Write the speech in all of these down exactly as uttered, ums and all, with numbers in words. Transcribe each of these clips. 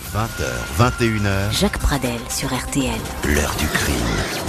vingt heures, vingt et une heures. Jacques Pradel sur R T L. L'heure du crime.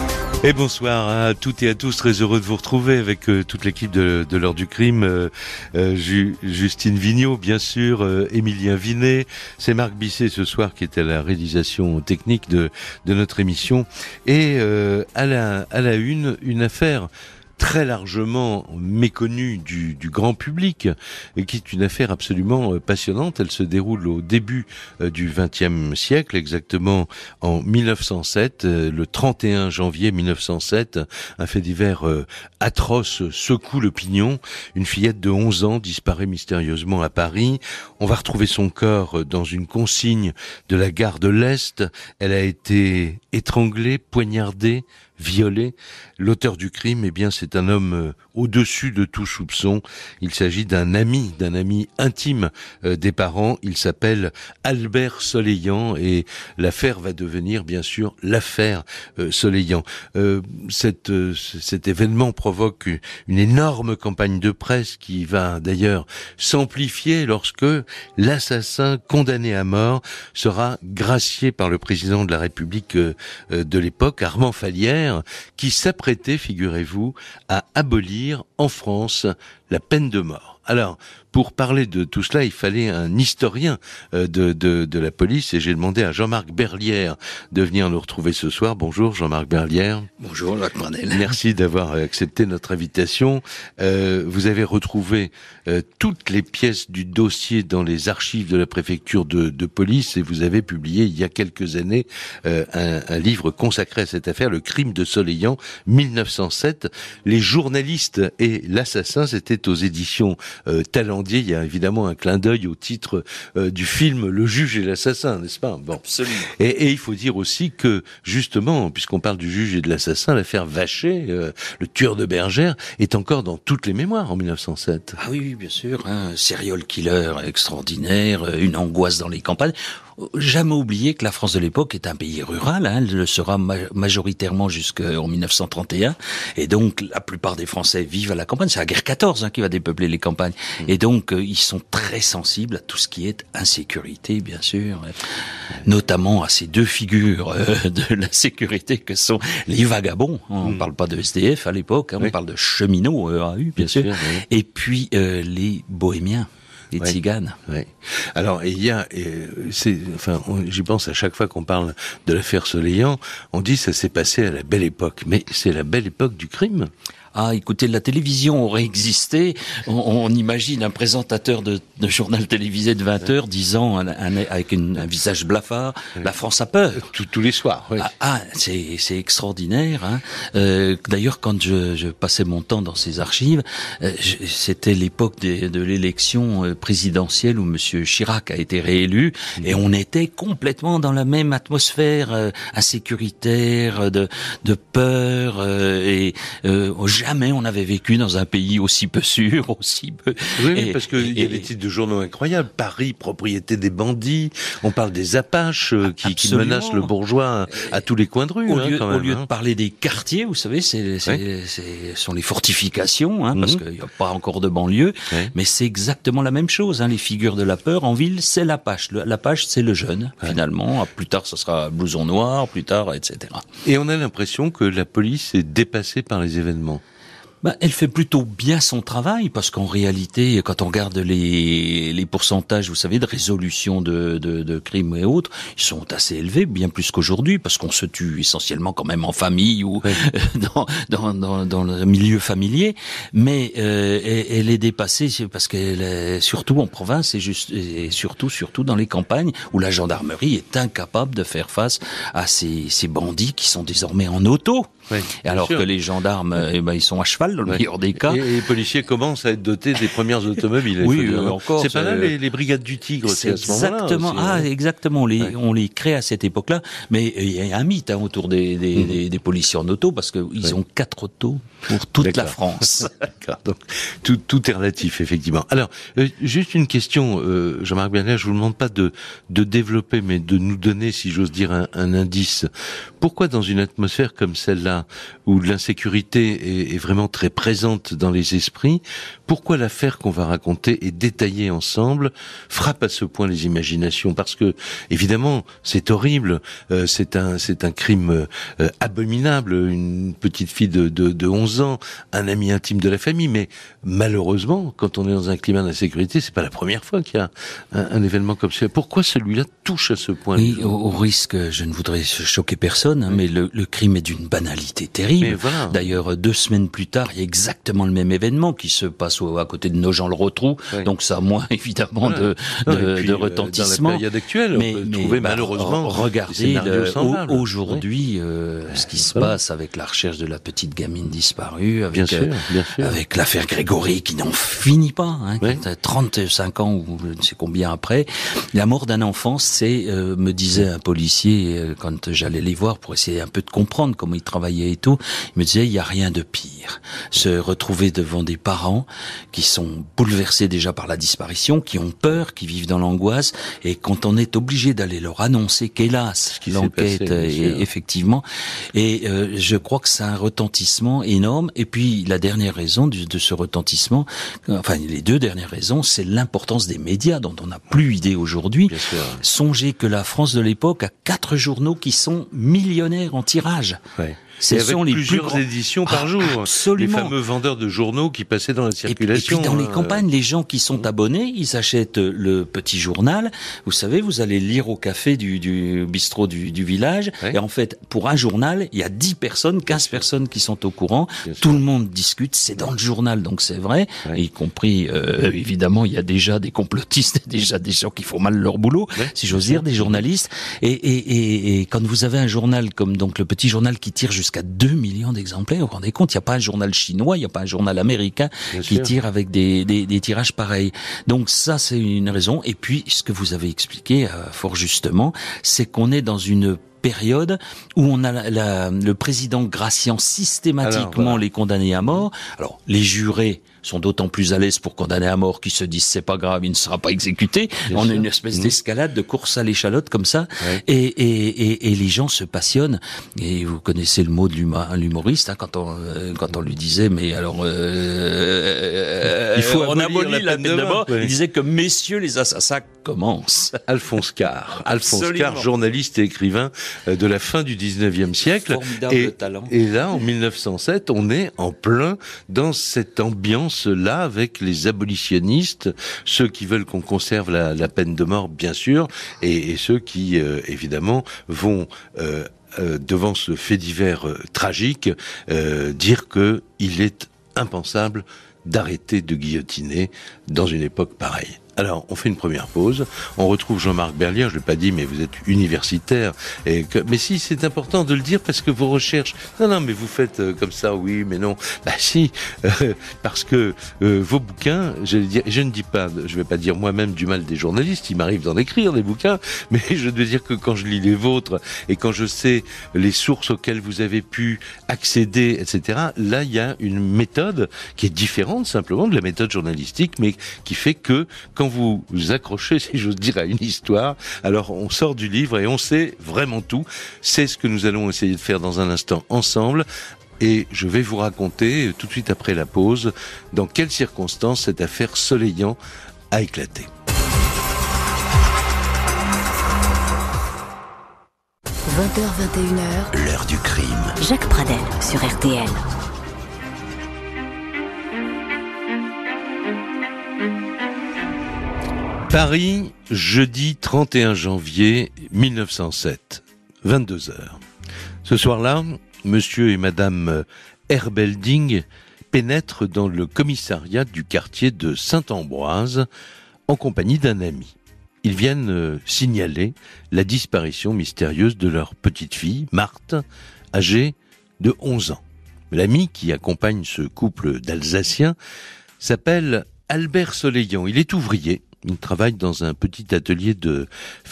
Et bonsoir à toutes et à tous, très heureux de vous retrouver avec euh, toute l'équipe de, de l'heure du crime, euh, euh, Ju- Justine Vignot bien sûr, euh, Émilien Vinet, c'est Marc Bisset ce soir qui est à la réalisation technique de, de notre émission, et euh, à la, à la une, une affaire très largement méconnue du, du grand public, et qui est une affaire absolument euh, passionnante. Elle se déroule au début euh, du vingtième siècle, exactement en mille neuf cent sept, euh, le trente et un janvier mille neuf cent sept, un fait divers euh, atroce secoue l'opinion. Une fillette de onze ans disparaît mystérieusement à Paris. On va retrouver son corps dans une consigne de la gare de l'Est. Elle a été étranglée, poignardée, violée. L'auteur du crime, eh bien, c'est un homme euh, au-dessus de tout soupçon. Il s'agit d'un ami, d'un ami intime euh, des parents. Il s'appelle Albert Soleillant, et l'affaire va devenir, bien sûr, l'affaire euh, Soleillant. Euh, cette, euh, cet événement provoque une énorme campagne de presse qui va d'ailleurs s'amplifier lorsque l'assassin condamné à mort sera gracié par le président de la République euh, euh, de l'époque, Armand Fallières, qui s'apprêtait, figurez-vous, à abolir en France la peine de mort. Alors, pour parler de tout cela, il fallait un historien euh, de, de, de la police, et j'ai demandé à Jean-Marc Berlière de venir nous retrouver ce soir. Bonjour Jean-Marc Berlière. Bonjour Jacques Pradel. Merci d'avoir accepté notre invitation. Euh, vous avez retrouvé euh, toutes les pièces du dossier dans les archives de la préfecture de, de police, et vous avez publié il y a quelques années euh, un, un livre consacré à cette affaire, Le crime de Soleillant, mille neuf cent sept. Les journalistes et l'assassin, c'était aux éditions euh, Talendier. Il y a évidemment un clin d'œil au titre euh, du film Le juge et l'assassin, n'est-ce pas? Bon. Absolument. Et, et il faut dire aussi que, justement, puisqu'on parle du juge et de l'assassin, l'affaire Vacher, euh, le tueur de Bergère, est encore dans toutes les mémoires en mille neuf cent sept. Ah oui, oui, bien sûr. Un serial killer extraordinaire, une angoisse dans les campagnes. Jamais oublier que la France de l'époque est un pays rural, hein, elle le sera ma- majoritairement jusqu'en mille neuf cent trente et un, et donc la plupart des Français vivent à la campagne. C'est la guerre quatorze hein, qui va dépeupler les campagnes, mmh. et donc euh, ils sont très sensibles à tout ce qui est insécurité, bien sûr, notamment à ces deux figures euh, de la sécurité que sont les vagabonds. On ne mmh. parle pas de S D F à l'époque, hein, oui. on parle de cheminots, E A U, bien, bien sûr, sûr oui. et puis euh, les bohémiens. Les ouais, tziganes. Ouais. Alors, il y a, euh, c'est, enfin, on, j'y pense à chaque fois qu'on parle de l'affaire Soleillant, on dit ça s'est passé à la belle époque, mais c'est la belle époque du crime. Ah, écoutez, la télévision aurait existé. On, on imagine un présentateur de, de journal télévisé de vingt heures disant, un, un, avec une, un visage blafard, oui. La France a peur. Tous, tous les soirs, oui. Ah, ah c'est, c'est extraordinaire. Hein. Euh, d'ailleurs, quand je, je passais mon temps dans ces archives, euh, je, c'était l'époque de, de l'élection présidentielle où Monsieur Chirac a été réélu, mmh. et on était complètement dans la même atmosphère euh, insécuritaire, de, de peur, euh, et euh, jamais on avait vécu dans un pays aussi peu sûr, aussi peu... Oui, et, parce qu'il y a des titres de journaux incroyables. Paris, propriété des bandits. On parle des Apaches euh, qui, qui menacent le bourgeois à, à tous les coins de rue. Au hein, lieu, quand même, au lieu hein. de parler des quartiers, vous savez, c'est, c'est, oui. c'est sont les fortifications, hein, mmh. parce qu'il n'y a pas encore de banlieue, oui. mais c'est exactement la même chose. Hein, les figures de la peur en ville, c'est l'Apache. Le, L'Apache, c'est le jeune, oui. finalement. Plus tard, ça sera blouson noir, plus tard, et cetera. Et on a l'impression que la police est dépassée par les événements. Ben, elle fait plutôt bien son travail, parce qu'en réalité, quand on regarde les, les pourcentages, vous savez, de résolution de, de, de crimes et autres, ils sont assez élevés, bien plus qu'aujourd'hui, parce qu'on se tue essentiellement quand même en famille ou oui. dans, dans, dans, dans le milieu familier. Mais euh, elle, elle est dépassée parce qu'elle est surtout en province et, juste, et surtout, surtout dans les campagnes, où la gendarmerie est incapable de faire face à ces, ces bandits qui sont désormais en auto. Oui, alors sûr. que les gendarmes, eh ben, ils sont à cheval dans le ouais. meilleur des cas. Et, et les policiers commencent à être dotés des premières automobiles. Oui, euh, encore. C'est pas là les, les brigades du Tigre, c'est à ce moment-là. Exactement. Aussi, ah, hein. exactement. On les, ouais. on les crée à cette époque-là. Mais il y a un mythe hein, autour des, des, mmh. des, des policiers en auto parce que ils ouais. ont quatre autos. pour toute D'accord. la France. D'accord. Donc tout, tout est relatif, effectivement. Alors, euh, juste une question, euh, Jean-Marc Berlier, je vous demande pas de, de développer, mais de nous donner, si j'ose dire, un, un indice. Pourquoi dans une atmosphère comme celle-là, où l'insécurité est, est vraiment très présente dans les esprits, pourquoi l'affaire qu'on va raconter et détailler ensemble frappe à ce point les imaginations? Parce que, évidemment, c'est horrible, euh, c'est un, c'est un crime euh, abominable, une petite fille de, de, de onze ans, un ami intime de la famille, mais malheureusement, quand on est dans un climat d'insécurité, c'est pas la première fois qu'il y a un, un événement comme celui-là. Pourquoi celui-là touche à ce point? Oui, au, au risque, je ne voudrais choquer personne, hein, mais le, le crime est d'une banalité terrible. Voilà. D'ailleurs, deux semaines plus tard, il y a exactement le même événement qui se passe au, à côté de Nogent-le-Rotrou, oui. donc ça a moins évidemment Voilà. de, Non, de, puis, de euh, retentissement. Dans la période actuelle, mais, on peut mais, trouver bah, malheureusement regardez le, au, aujourd'hui oui. euh, ce qui se voilà. passe avec la recherche de la petite gamine disparue, avec, bien sûr, euh, bien sûr. avec l'affaire Grégory qui n'en finit pas, hein, oui. trente-cinq ans ou je ne sais combien après. La mort d'un enfant, c'est, euh, me disait un policier euh, quand j'allais les voir pour essayer un peu de comprendre comment ils travaillaient et tout, il me disait il y a rien de pire. Se retrouver devant des parents qui sont bouleversés déjà par la disparition, qui ont peur, qui vivent dans l'angoisse, et quand on est obligé d'aller leur annoncer qu'hélas, l'enquête est effectivement, et euh, je crois que c'est un retentissement énorme. Et puis la dernière raison de, de ce retentissement, enfin les deux dernières raisons, c'est l'importance des médias dont on n'a plus idée aujourd'hui. Songez que la France de l'époque a quatre journaux qui sont millionnaires en tirage. Ouais. Ce et avec sont les plusieurs plus grands... éditions par ah, jour. Absolument. Les fameux vendeurs de journaux qui passaient dans la circulation. Et puis, et puis dans hein, les campagnes, les gens qui sont abonnés, ils achètent le petit journal. Vous savez, vous allez lire au café du, du bistrot du, du village. Ouais. Et en fait, pour un journal, il y a dix personnes, quinze personnes qui sont au courant. Bien Tout sûr. Le monde discute. C'est dans le journal, donc c'est vrai. Ouais. Y compris, euh, évidemment, il y a déjà des complotistes, déjà des gens qui font mal leur boulot, ouais. si j'ose dire, des journalistes. Et, et, et, et quand vous avez un journal comme donc le petit journal qui tire jusqu'à deux millions d'exemplaires, vous vous rendez compte, il n'y a pas un journal chinois, il n'y a pas un journal américain Bien qui sûr. Tire avec des, des, des tirages pareils. Donc ça, c'est une raison. Et puis, ce que vous avez expliqué euh, fort justement, c'est qu'on est dans une période où on a la, la, le président graciant systématiquement Alors, voilà. les condamnés à mort. Alors, les jurés sont d'autant plus à l'aise pour condamner à mort qu'ils se disent c'est pas grave, il ne sera pas exécuté. Bien on sûr. A une espèce mmh. d'escalade, de course à l'échalote comme ça, ouais. et, et, et, et les gens se passionnent. Et vous connaissez le mot de l'humoriste hein, quand on euh, quand on lui disait mais alors euh, il faut on abolit la peine de mort. Ouais. Il disait que messieurs les assassins commencent. Alphonse Karr, Alphonse Karr, journaliste et écrivain de la fin du dix-neuvième siècle. Formidable et, talent. Et là, en mille neuf cent sept, on est en plein dans cette ambiance là avec les abolitionnistes, ceux qui veulent qu'on conserve la, la peine de mort bien sûr, et, et ceux qui euh, évidemment vont euh, euh, devant ce fait divers euh, tragique euh, dire que il est impensable d'arrêter de guillotiner dans une époque pareille. Alors, on fait une première pause. On retrouve Jean-Marc Berlier. Je l'ai pas dit, mais vous êtes universitaire. Et que, mais si, c'est important de le dire parce que vos recherches. Non, non, mais vous faites euh, comme ça, oui, mais non. Bah si, euh, parce que euh, vos bouquins, je, dire, je ne dis pas, je vais pas dire moi-même du mal des journalistes. Il m'arrive d'en écrire des bouquins, mais je dois dire que quand je lis les vôtres et quand je sais les sources auxquelles vous avez pu accéder, et cetera. Là, il y a une méthode qui est différente simplement de la méthode journalistique, mais qui fait que quand vous vous accrochez, si j'ose dire, à une histoire, alors on sort du livre et on sait vraiment tout. C'est ce que nous allons essayer de faire dans un instant ensemble. Et je vais vous raconter, tout de suite après la pause, dans quelles circonstances cette affaire Soleillant a éclaté. vingt heures vingt et une heures, l'heure du crime. Jacques Pradel sur R T L. Paris, jeudi trente et un janvier mille neuf cent sept, vingt-deux heures. Ce soir-là, monsieur et madame Herbelding pénètrent dans le commissariat du quartier de Saint-Ambroise en compagnie d'un ami. Ils viennent signaler la disparition mystérieuse de leur petite fille, Marthe, âgée de onze ans. L'ami qui accompagne ce couple d'Alsaciens s'appelle Albert Soleillant. Il est ouvrier. Il travaille dans un petit atelier de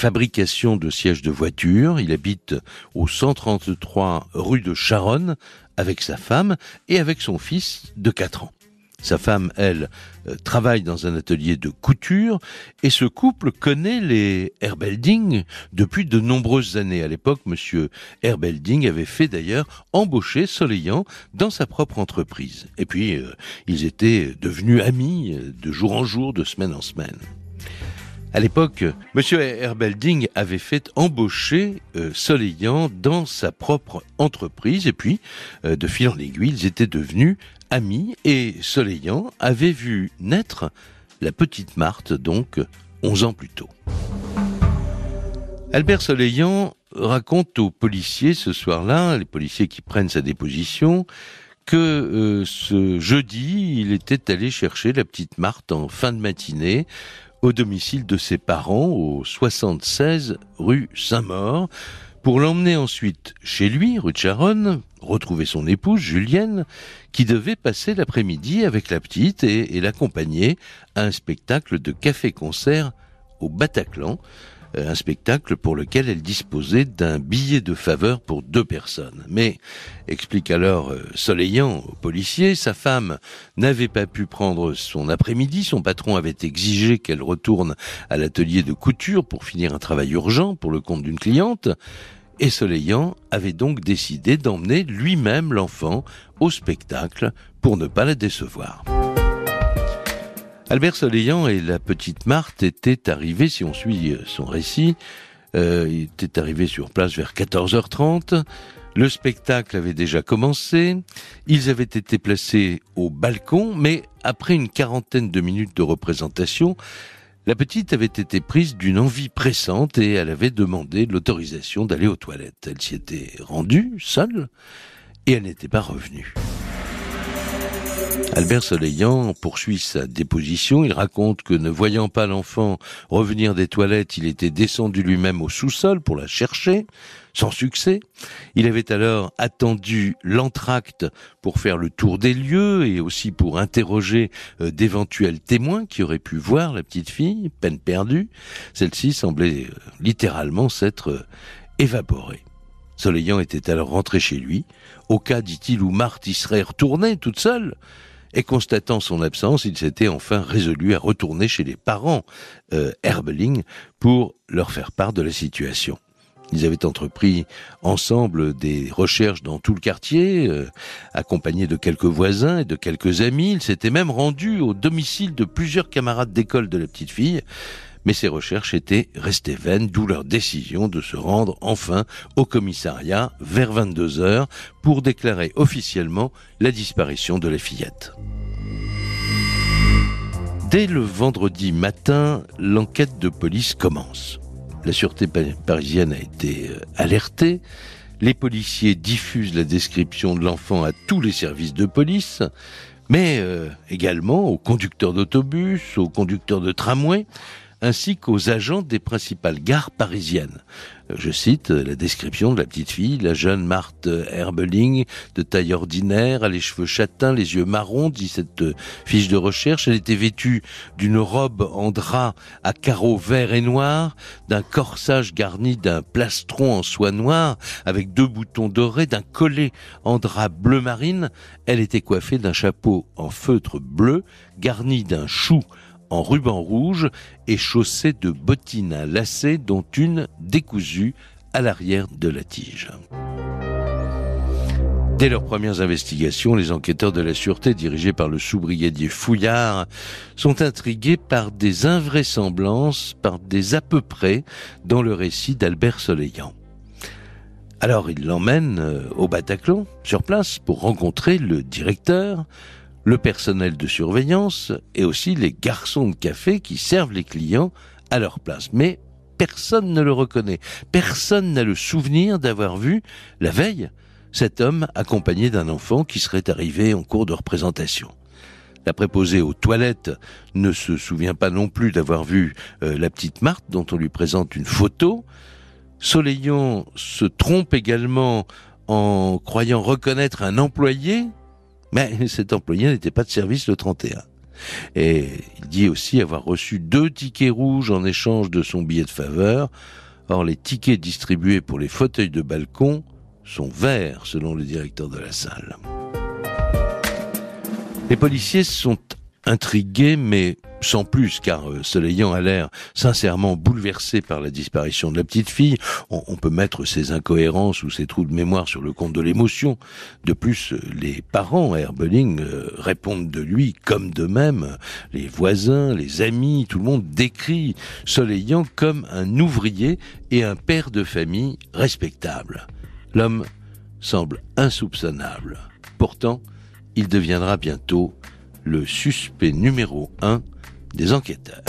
fabrication de sièges de voitures. Il habite au cent trente-trois rue de Charonne, avec sa femme et avec son fils de quatre ans. Sa femme, elle, euh, travaille dans un atelier de couture et ce couple connaît les Herbelding depuis de nombreuses années. À l'époque, monsieur Herbelding avait fait d'ailleurs embaucher Soleillant dans sa propre entreprise. Et puis, euh, ils étaient devenus amis de jour en jour, de semaine en semaine. À l'époque, monsieur Herbelding avait fait embaucher euh, Soleillant dans sa propre entreprise et puis, euh, de fil en aiguille, ils étaient devenus amis et Soleillant avait vu naître la petite Marthe, donc onze ans plus tôt. Albert Soleillant raconte aux policiers ce soir-là, les policiers qui prennent sa déposition, que euh, ce jeudi, il était allé chercher la petite Marthe en fin de matinée au domicile de ses parents, au soixante-seize rue Saint-Maur, pour l'emmener ensuite chez lui, rue de Charonne, retrouver son épouse, Julienne, qui devait passer l'après-midi avec la petite et, et l'accompagner à un spectacle de café-concert au Bataclan, un spectacle pour lequel elle disposait d'un billet de faveur pour deux personnes. Mais, explique alors euh, Soleillant au policier, sa femme n'avait pas pu prendre son après-midi, son patron avait exigé qu'elle retourne à l'atelier de couture pour finir un travail urgent pour le compte d'une cliente, et Soleillant avait donc décidé d'emmener lui-même l'enfant au spectacle pour ne pas la décevoir. Albert Soleillant et la petite Marthe étaient arrivés, si on suit son récit, euh, ils étaient arrivés sur place vers quatorze heures trente. Le spectacle avait déjà commencé. Ils avaient été placés au balcon, mais après une quarantaine de minutes de représentation, la petite avait été prise d'une envie pressante et elle avait demandé l'autorisation d'aller aux toilettes. Elle s'y était rendue, seule, et elle n'était pas revenue. Albert Soleillant poursuit sa déposition. Il raconte que ne voyant pas l'enfant revenir des toilettes, il était descendu lui-même au sous-sol pour la chercher, sans succès. Il avait alors attendu l'entracte pour faire le tour des lieux et aussi pour interroger euh, d'éventuels témoins qui auraient pu voir la petite fille, peine perdue. Celle-ci semblait euh, littéralement s'être euh, évaporée. Soleillant était alors rentré chez lui, au cas, dit-il, où Marthe y serait retournée toute seule. Et constatant son absence, il s'était enfin résolu à retourner chez les parents euh, Herbeling pour leur faire part de la situation. Ils avaient entrepris ensemble des recherches dans tout le quartier, euh, accompagnés de quelques voisins et de quelques amis. Ils s'étaient même rendus au domicile de plusieurs camarades d'école de la petite fille. Mais ces recherches étaient restées vaines, d'où leur décision de se rendre enfin au commissariat vers vingt-deux heures pour déclarer officiellement la disparition de la fillette. Dès le vendredi matin, l'enquête de police commence. La sûreté parisienne a été alertée. Les policiers diffusent la description de l'enfant à tous les services de police, mais euh, également aux conducteurs d'autobus, aux conducteurs de tramway, ainsi qu'aux agents des principales gares parisiennes. Je cite la description de la petite fille, la jeune Marthe Herbeling, de taille ordinaire, a les cheveux châtains, les yeux marrons, dit cette fiche de recherche. Elle était vêtue d'une robe en drap à carreaux verts et noirs, d'un corsage garni d'un plastron en soie noire, avec deux boutons dorés, d'un collet en drap bleu marine. Elle était coiffée d'un chapeau en feutre bleu, garni d'un chou en ruban rouge et chaussée de bottines à lacets dont une décousue à l'arrière de la tige. Dès leurs premières investigations, les enquêteurs de la sûreté, dirigés par le sous-brigadier Fouillard, sont intrigués par des invraisemblances, par des à peu près dans le récit d'Albert Soleillant. Alors ils l'emmènent au Bataclan, sur place, pour rencontrer le directeur, le personnel de surveillance et aussi les garçons de café qui servent les clients à leur place. Mais personne ne le reconnaît. Personne n'a le souvenir d'avoir vu, la veille, cet homme accompagné d'un enfant qui serait arrivé en cours de représentation. La préposée aux toilettes ne se souvient pas non plus d'avoir vu euh, la petite Marthe dont on lui présente une photo. Soleillant se trompe également en croyant reconnaître un employé, mais cet employé n'était pas de service le trente et un. Et il dit aussi avoir reçu deux tickets rouges en échange de son billet de faveur. Or, les tickets distribués pour les fauteuils de balcon sont verts, selon le directeur de la salle. Les policiers sont intrigués, mais sans plus, car euh, Soleillant a l'air sincèrement bouleversé par la disparition de la petite fille. On, on peut mettre ses incohérences ou ses trous de mémoire sur le compte de l'émotion. De plus, euh, les parents à Herbeling euh, répondent de lui comme d'eux-mêmes. Les voisins, les amis, tout le monde décrit Soleillant comme un ouvrier et un père de famille respectable. L'homme semble insoupçonnable. Pourtant, il deviendra bientôt le suspect numéro un des enquêteurs.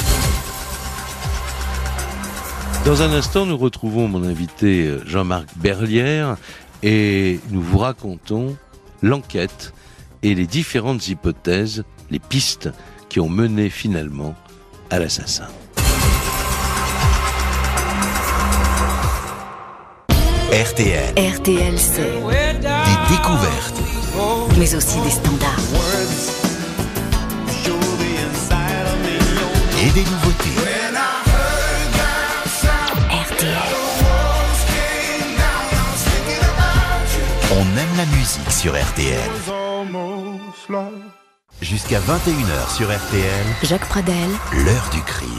Dans un instant, nous retrouvons mon invité Jean-Marc Berlière et nous vous racontons l'enquête et les différentes hypothèses, les pistes qui ont mené finalement à l'assassin. R T L. R T L, c'est Des découvertes. mais aussi des standards. Et des nouveautés. R T L, On aime la musique sur R T L. Jusqu'à vingt et une heures sur R T L, Jacques Pradel, l'heure du crime.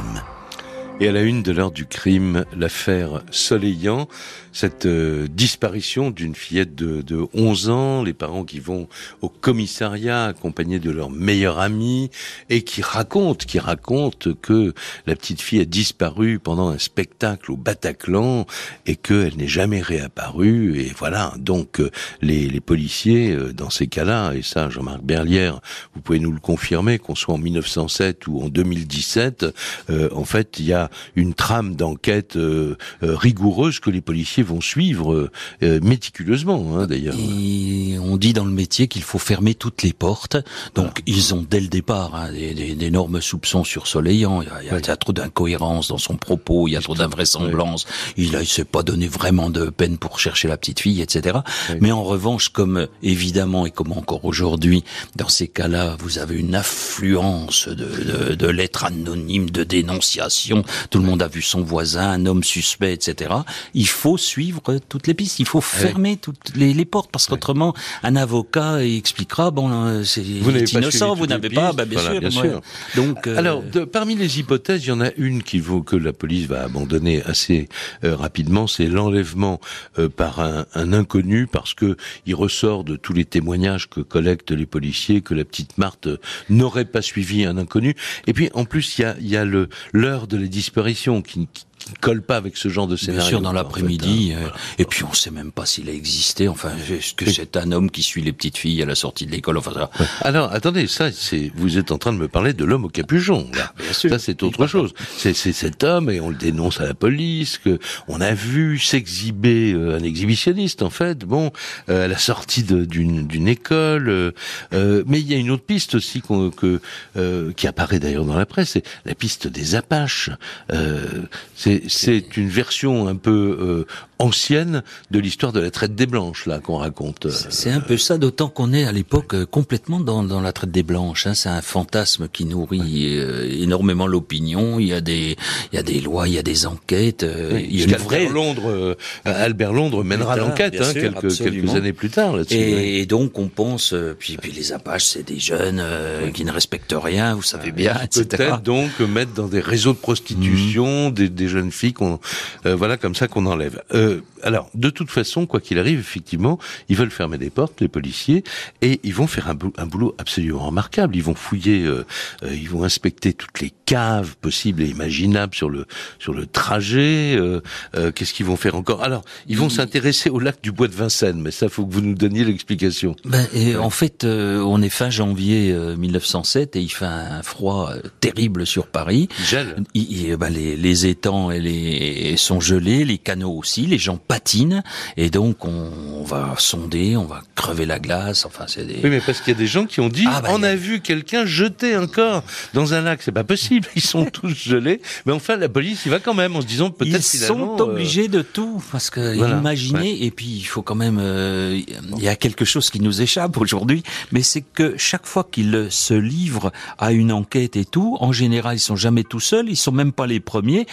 Et à la une de l'heure du crime, l'affaire Soleillant, cette euh, disparition d'une fillette de, de onze ans, les parents qui vont au commissariat accompagnés de leur meilleur ami et qui racontent, qui racontent que la petite fille a disparu pendant un spectacle au Bataclan et qu'elle n'est jamais réapparue. Et voilà, donc euh, les, les policiers, euh, dans ces cas-là, et ça Jean-Marc Berlière, vous pouvez nous le confirmer, qu'on soit en mille neuf cent sept ou en deux mille dix-sept, euh, en fait, il y a une trame d'enquête euh, euh, rigoureuse que les policiers vont suivre euh, méticuleusement, hein, d'ailleurs. Et on dit dans le métier qu'il faut fermer toutes les portes. Donc ah. ils ont dès le départ hein, des, des, d'énormes soupçons sur Soleillant. Il y a, il y a, oui. il y a trop d'incohérences dans son propos, il y a trop d'invraisemblances. Oui. Il ne s'est pas donné vraiment de peine pour chercher la petite fille, et cetera. Oui. Mais en revanche, comme évidemment et comme encore aujourd'hui, dans ces cas-là, vous avez une affluence de, de, de lettres anonymes, de dénonciations. Tout le monde a vu son voisin, un homme suspect, et cetera. Il faut suivre toutes les pistes. Il faut fermer oui. toutes les, les portes parce qu'autrement, oui. un avocat expliquera bon, c'est vous innocent, vous n'avez pas, bah, bien, voilà, sûr, bien sûr. Donc, euh... alors, de, parmi les hypothèses, il y en a une qu'il faut que la police va abandonner assez euh, rapidement, c'est l'enlèvement euh, par un, un inconnu, parce que il ressort de tous les témoignages que collectent les policiers que la petite Marthe n'aurait pas suivi un inconnu. Et puis, en plus, il y a, il y a le l'heure de la disparition qui, qui qui ne colle pas avec ce genre de scénario. Bien sûr, dans l'après-midi. En fait, hein, euh, voilà. Et puis, on sait même pas s'il a existé. Enfin, est-ce que c'est un homme qui suit les petites filles à la sortie de l'école? Enfin, ça... Alors, attendez, ça, c'est, vous êtes en train de me parler de l'homme au capuchon, là. Bien sûr. Ça, c'est autre chose. C'est, c'est cet homme, et on le dénonce à la police, que on a vu s'exhiber, euh, un exhibitionniste, en fait, bon, euh, à la sortie de, d'une, d'une école, euh, euh, mais il y a une autre piste aussi qu'on, que, euh, qui apparaît d'ailleurs dans la presse, c'est la piste des Apaches. Euh, c'est C'est, c'est une version un peu euh, ancienne de l'histoire de la traite des Blanches, là, qu'on raconte. Euh, c'est un peu ça, d'autant qu'on est à l'époque euh, complètement dans, dans la traite des Blanches. Hein. C'est un fantasme qui nourrit euh, énormément l'opinion. Il y a des, il y a des lois, il y a des enquêtes. Euh, oui, il y a une vraie... Albert Londres, euh, Albert Londres mènera Albert, l'enquête hein, sûr, quelques, quelques années plus tard. Là-dessus, et, oui. et donc on pense, euh, puis, puis les Apaches, c'est des jeunes euh, oui. qui ne respectent rien, vous savez bien, et cetera. Peut-être donc mettre dans des réseaux de prostitution mmh. des, des jeunes filles qu'on, euh, voilà, comme ça qu'on enlève. Euh, alors, de toute façon, quoi qu'il arrive, effectivement, ils veulent fermer des portes, les policiers, et ils vont faire un, bou- un boulot absolument remarquable. Ils vont fouiller, euh, euh, ils vont inspecter toutes les caves possibles et imaginables sur le sur le trajet. Euh, euh, qu'est-ce qu'ils vont faire encore? Alors, ils vont mmh. s'intéresser au lac du Bois de Vincennes, mais ça, faut que vous nous donniez l'explication. Ben, et ouais. En fait, euh, on est fin janvier euh, mille neuf cent sept et il fait un froid euh, terrible sur Paris. Il gèle. Il, il, ben, les, les étangs et les, sont gelés, les canaux aussi, les gens patinent, et donc on, on va sonder, on va crever la glace. Enfin, c'est des... Oui, mais parce qu'il y a des gens qui ont dit, ah, ben, on a... a vu quelqu'un jeter un corps dans un lac. C'est pas possible. Ils sont tous gelés. Mais enfin, la police y va quand même en se disant peut-être ils finalement... Ils sont obligés euh... de tout, parce que voilà. Imaginez, ouais. Et puis il faut quand même... Euh, il y a quelque chose qui nous échappe aujourd'hui, mais c'est que chaque fois qu'ils se livrent à une enquête et tout, en général, ils sont jamais tout seuls, ils sont même pas les premiers. Il y a des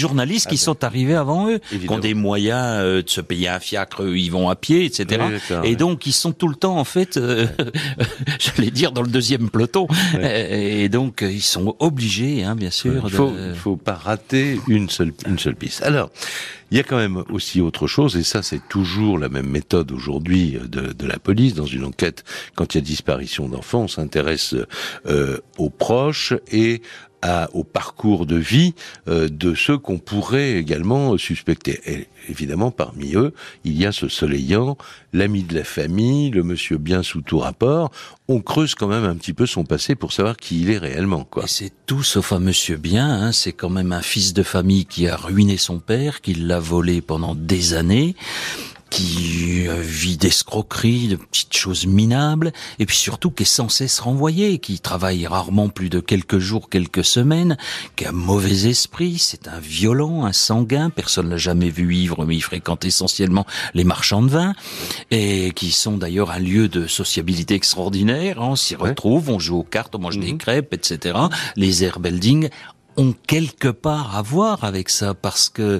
journalistes qui Ah, sont arrivés avant eux, évidemment. qui ont des moyens euh, de se payer un fiacre, eux, ils vont à pied, et cetera. Oui, d'accord, et ouais. donc ils sont tout le temps en fait, euh, j'allais dire dans le deuxième peloton. Ouais. Et donc ils sont obligés, hein, bien sûr. Il faut, de... il faut pas rater une seule, une seule piste. Alors, il y a quand même aussi autre chose, et ça c'est toujours la même méthode aujourd'hui de, de la police. Dans une enquête, quand il y a disparition d'enfants, on s'intéresse euh, aux proches et à, au parcours de vie euh, de ceux qu'on pourrait également suspecter. Et évidemment, parmi eux, il y a ce Soleillant, l'ami de la famille, le monsieur bien sous tout rapport. On creuse quand même un petit peu son passé pour savoir qui il est réellement, quoi. Et c'est tout sauf un monsieur bien, hein. C'est quand même un fils de famille qui a ruiné son père, qui l'a volé pendant des années, qui vit d'escroqueries, de petites choses minables, et puis surtout qui est sans cesse renvoyé, qui travaille rarement plus de quelques jours, quelques semaines, qui a un mauvais esprit, c'est un violent, un sanguin, personne l'a jamais vu ivre, mais il fréquente essentiellement les marchands de vin, et qui sont d'ailleurs un lieu de sociabilité extraordinaire, on s'y retrouve, on joue aux cartes, on mange mmh. des crêpes, et cetera. Les airbuildings ont quelque part à voir avec ça, parce que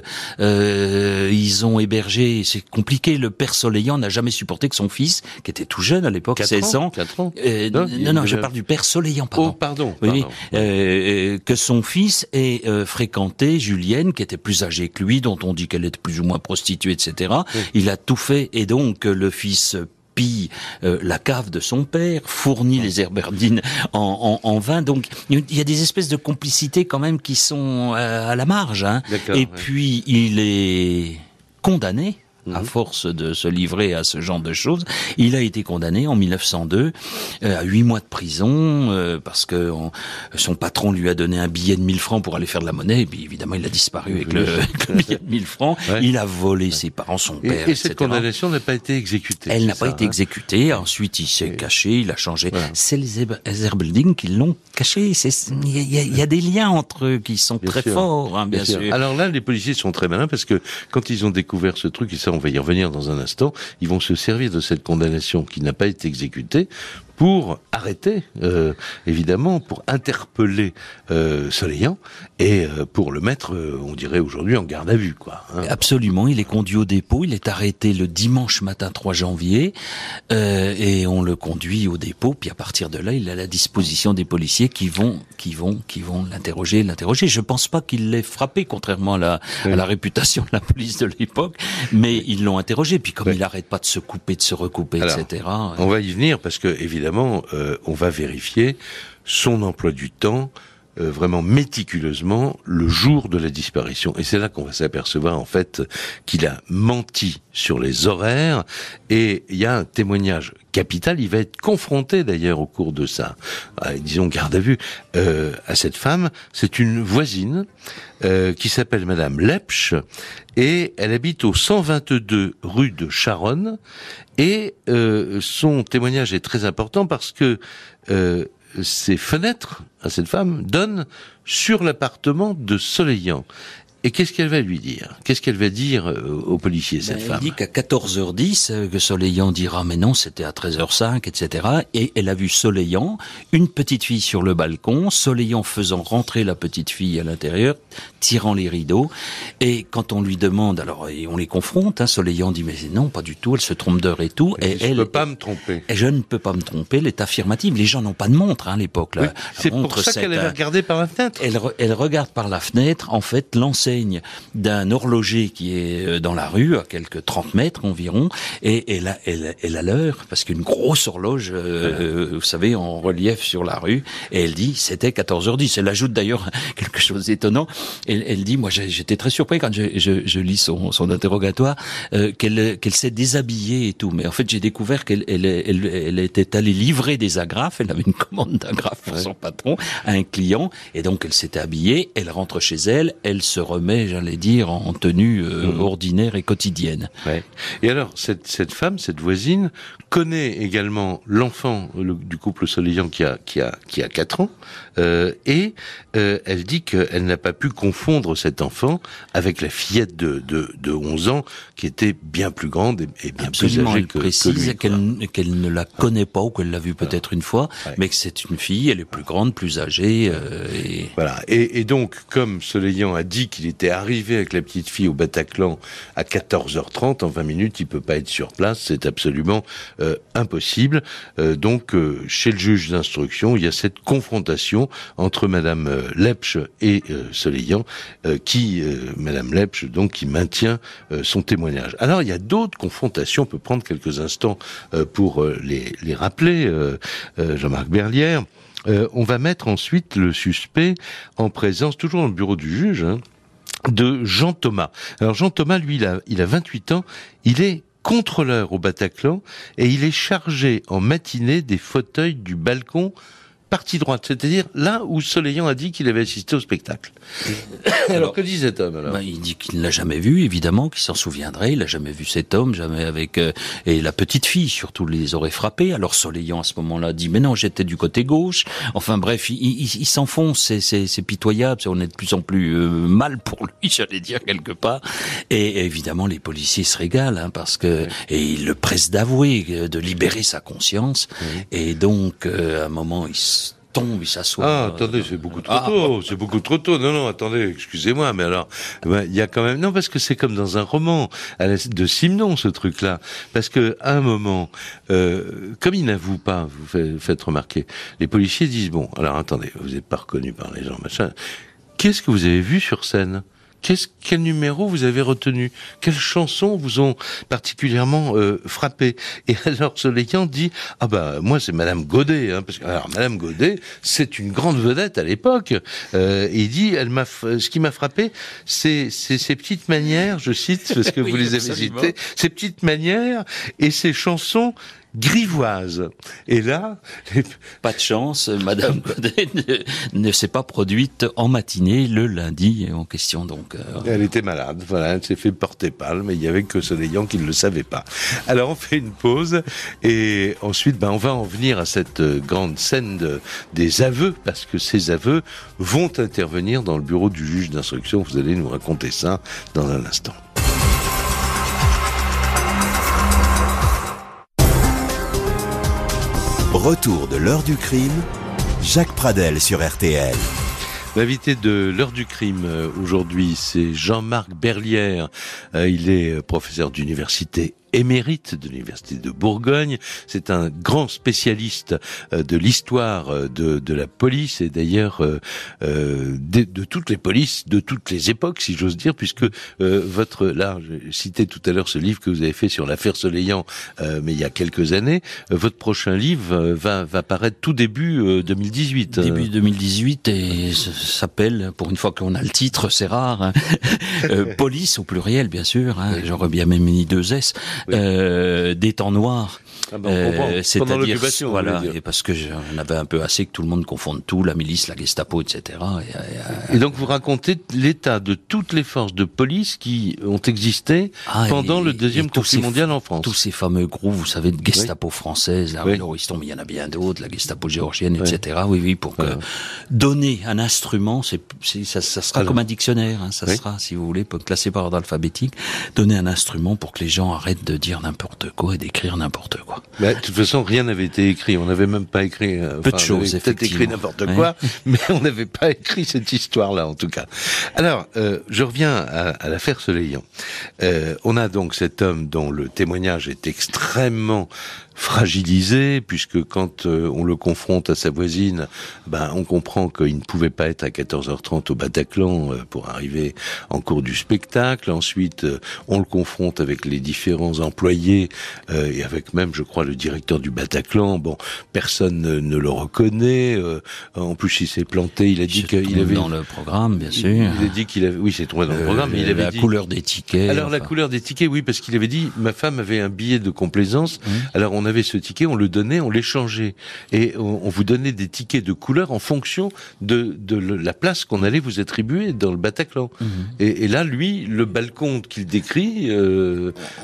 euh, ils ont hébergé, c'est compliqué, le père Soleillant n'a jamais supporté que son fils, qui était tout jeune à l'époque, seize ans, quatre ans. Euh, non, non, non, je parle du père Soleillant, pardon. Oh, pardon, oui, pardon. Euh, que son fils ait euh, fréquenté Julienne, qui était plus âgée que lui, dont on dit qu'elle était plus ou moins prostituée, et cetera. Oui. Il a tout fait, et donc le fils pille euh, la cave de son père, fournit les herberdines en, en, en vin. Donc, il y a des espèces de complicités quand même qui sont euh, à la marge. Hein. Et ouais. puis, il est condamné. À force de se livrer à ce genre de choses, il a été condamné en mille neuf cent deux euh, à huit mois de prison euh, parce que on, son patron lui a donné un billet de mille francs pour aller faire de la monnaie, et puis évidemment il a disparu avec, le, avec le billet de mille francs. Ouais. Il a volé ouais. ses parents, son père, et, et cette condamnation n'a pas été exécutée. Elle n'a pas ça, été hein. exécutée. Ensuite, il s'est et... caché, il a changé. Voilà. C'est les Airbuildings qui l'ont caché. Il y, y, y a des liens entre eux qui sont bien très sûr. forts, hein, bien, bien sûr. sûr. Alors là, les policiers sont très malins parce que quand ils ont découvert ce truc, et ça on va y revenir dans un instant, ils vont se servir de cette condamnation qui n'a pas été exécutée pour arrêter, euh, évidemment, pour interpeller euh, Soleillant et euh, pour le mettre, euh, on dirait aujourd'hui, en garde à vue, quoi. Hein. Absolument, il est conduit au dépôt, il est arrêté le dimanche matin trois janvier euh, et on le conduit au dépôt, puis à partir de là, il est à la disposition des policiers qui vont, qui vont, qui vont l'interroger, l'interroger. Je pense pas qu'il l'ait frappé, contrairement à la, oui. à la réputation de la police de l'époque, mais ils l'ont interrogé. Puis comme oui. il arrête pas de se couper, de se recouper, Alors, et cetera. On va y venir parce que évidemment. Évidemment, euh, on va vérifier son emploi du temps euh, vraiment méticuleusement le jour de la disparition. Et c'est là qu'on va s'apercevoir en fait qu'il a menti sur les horaires. Et il y a un témoignage capital. Il va être confronté d'ailleurs au cours de ça, euh, disons garde à vue, euh, à cette femme. C'est une voisine euh, qui s'appelle Madame Lepsch et elle habite au cent vingt-deux rue de Charonne. Et euh, son témoignage est très important parce que euh, ses fenêtres à cette femme donnent sur l'appartement de Soleillant. Et qu'est-ce qu'elle va lui dire ? Qu'est-ce qu'elle va dire aux policiers, cette ben, femme ? Elle dit qu'à quatorze heures dix, que Soleillant dira « mais non, c'était à treize heures cinq, et cetera » Et elle a vu Soleillant, une petite fille sur le balcon, Soleillant faisant rentrer la petite fille à l'intérieur, tirant les rideaux. Et quand on lui demande, alors et on les confronte, hein, Soleillant dit « mais non, pas du tout, elle se trompe d'heure et tout. » Et je ne peux pas me tromper. Et je ne peux pas me tromper, elle est affirmative. Les gens n'ont pas de montre hein, à l'époque. Oui, c'est pour ça qu'elle avait regardé par la fenêtre. Elle, elle regarde par la fenêtre, en fait, l'enseigne d'un horloger qui est dans la rue, à quelques trente mètres environ, et elle a, elle, elle a l'heure, parce qu'une grosse horloge, euh, vous savez, en relief sur la rue, et elle dit, c'était quatorze heures dix. Elle ajoute d'ailleurs quelque chose d'étonnant. Elle, elle dit, moi j'étais très surpris quand je, je, je lis son, son interrogatoire, euh, qu'elle, qu'elle s'est déshabillée et tout. Mais en fait, j'ai découvert qu'elle elle, elle, elle était allée livrer des agrafes, elle avait une commande d'agrafes pour ouais. son patron, à un client, et donc elle s'était habillée, elle rentre chez elle, elle se remet, j'allais dire, en tenue euh, mmh. ordinaire et quotidienne. Ouais. Et alors, cette, cette femme, cette voisine, connaît également l'enfant le, du couple Soleillant qui a, qui a, qui a quatre ans, euh, et euh, elle dit qu'elle n'a pas pu confondre cet enfant avec la fillette de, de, de onze ans, qui était bien plus grande et, et bien Absolument, plus âgée elle que, précise que lui. Qu'elle, qu'elle ne la connaît pas ou qu'elle l'a vue peut-être voilà. une fois, ouais. mais que c'est une fille, elle est plus grande, plus âgée. Euh, et... Voilà. Et, et donc, comme Soleillant a dit qu'il était arrivé avec la petite fille au Bataclan à quatorze heures trente, en vingt minutes, il peut pas être sur place, c'est absolument euh, impossible. Euh, donc, euh, chez le juge d'instruction, il y a cette confrontation entre Madame euh, Lepsch et euh, Soleillant, euh, qui, euh, Madame Lepsch, donc, qui maintient euh, son témoignage. Alors, il y a d'autres confrontations, on peut prendre quelques instants euh, pour euh, les, les rappeler, euh, euh, Jean-Marc Berlière. Euh, on va mettre ensuite le suspect en présence, toujours dans le bureau du juge, hein, de Jean Thomas. Alors Jean Thomas, lui, il a, il a vingt-huit ans, il est contrôleur au Bataclan et il est chargé en matinée des fauteuils du balcon partie droite, c'est-à-dire là où Soleillant a dit qu'il avait assisté au spectacle. alors, alors que dit cet homme alors ben, il dit qu'il ne l'a jamais vu, évidemment, qu'il s'en souviendrait, il n'a jamais vu cet homme, jamais avec... Euh, et la petite fille, surtout, les aurait frappés. Alors Soleillant, à ce moment-là, dit « Mais non, j'étais du côté gauche ». Enfin bref, il, il, il s'enfonce, c'est, c'est, c'est pitoyable, on est de plus en plus euh, mal pour lui, j'allais dire, quelque part. Et, et évidemment, les policiers se régalent, hein, parce que... Et il le presse d'avouer, de libérer sa conscience. Oui. Et donc, euh, à un moment, il se tombe, il s'assoit. Ah, attendez, c'est beaucoup trop ah, tôt, c'est beaucoup trop tôt. Non, non, attendez, excusez-moi, mais alors, ben, il y a quand même, non, parce que c'est comme dans un roman à la, de Simenon, ce truc-là. Parce que, à un moment, euh, comme il n'avoue pas, vous faites, faites remarquer, les policiers disent, bon, alors attendez, vous n'êtes pas reconnu par les gens, machin. Qu'est-ce que vous avez vu sur scène? Qu'est-ce, quel numéro vous avez retenu? Quelles chansons vous ont particulièrement euh, frappé? Et alors Soleillant dit ah bah moi c'est Madame Godet, hein, parce que alors Madame Godet c'est une grande vedette à l'époque. Euh, et il dit elle m'a, ce qui m'a frappé c'est c'est ces petites manières, je cite parce que oui, vous les avez citées, ces petites manières et ces chansons grivoise. Et là, les... pas de chance, Madame Godet ne, ne s'est pas produite en matinée le lundi en question. Donc, euh... elle était malade. Voilà, elle s'est fait porter pâle, mais il y avait que Soleillant qui ne le savait pas. Alors on fait une pause et ensuite, ben on va en venir à cette grande scène de, des aveux, parce que ces aveux vont intervenir dans le bureau du juge d'instruction. Vous allez nous raconter ça dans un instant. Retour de l'heure du crime, Jacques Pradel sur R T L. L'invité de l'heure du crime aujourd'hui, c'est Jean-Marc Berlière. Euh, il est professeur d'université émérite de l'université de Bourgogne. C'est un grand spécialiste euh, de l'histoire euh, de, de la police et d'ailleurs euh, euh, de, de toutes les polices, de toutes les époques, si j'ose dire, puisque euh, votre, là, j'ai cité tout à l'heure ce livre que vous avez fait sur l'affaire Soleillant, euh, mais il y a quelques années. Euh, votre prochain livre euh, va, va paraître tout début euh, deux mille dix-huit. Début deux mille dix-huit et ça s'appelle, pour une fois qu'on a le titre, c'est rare, hein, euh, Police au pluriel, bien sûr. Hein, oui. J'aurais bien même mis deux S. Oui. Euh, des temps noirs. Ah ben, euh, c'est-à-dire, voilà, et parce que j'en avais un peu assez que tout le monde confonde tout, la milice, la Gestapo, et cetera. Et, et, et donc vous racontez l'état de toutes les forces de police qui ont existé ah, pendant et, le deuxième conflit mondial en France. Tous ces fameux groupes, vous savez, de Gestapo oui. française, la oui. Lauriston, mais il y en a bien d'autres, la Gestapo géorgienne, oui. et cetera. Oui, oui, pour que voilà. donner un instrument, c'est, c'est ça, ça sera Alors, comme un dictionnaire, hein, ça oui. sera, si vous voulez, classé par ordre alphabétique, donner un instrument pour que les gens arrêtent de dire n'importe quoi et d'écrire n'importe quoi. Bah, de toute façon, rien n'avait été écrit. On n'avait même pas écrit. Euh, Peu de choses, on avait peut-être écrit n'importe quoi, ouais. mais on n'avait pas écrit cette histoire-là, en tout cas. Alors, euh, je reviens à, à l'affaire Soleillant. Euh, on a donc cet homme dont le témoignage est extrêmement fragilisé, puisque quand euh, on le confronte à sa voisine, ben on comprend qu'il ne pouvait pas être à quatorze heures trente au Bataclan euh, pour arriver en cours du spectacle. Ensuite, euh, on le confronte avec les différents employés euh, et avec même, je crois, le directeur du Bataclan. Bon, personne ne, ne le reconnaît. Euh, en plus, il s'est planté. Il a dit qu'il avait dans le programme, bien sûr. Il, il a dit qu'il avait, oui, c'est tombé dans euh, le programme. Mais il avait la dit... couleur des tickets. Alors enfin... la couleur des tickets, oui, parce qu'il avait dit, ma femme avait un billet de complaisance. Mmh. Alors on avait ce ticket, on le donnait, on l'échangeait. Et on, on vous donnait des tickets de couleur en fonction de, de la place qu'on allait vous attribuer dans le Bataclan. Mmh. Et, et là, lui, le balcon qu'il décrit euh, on, ne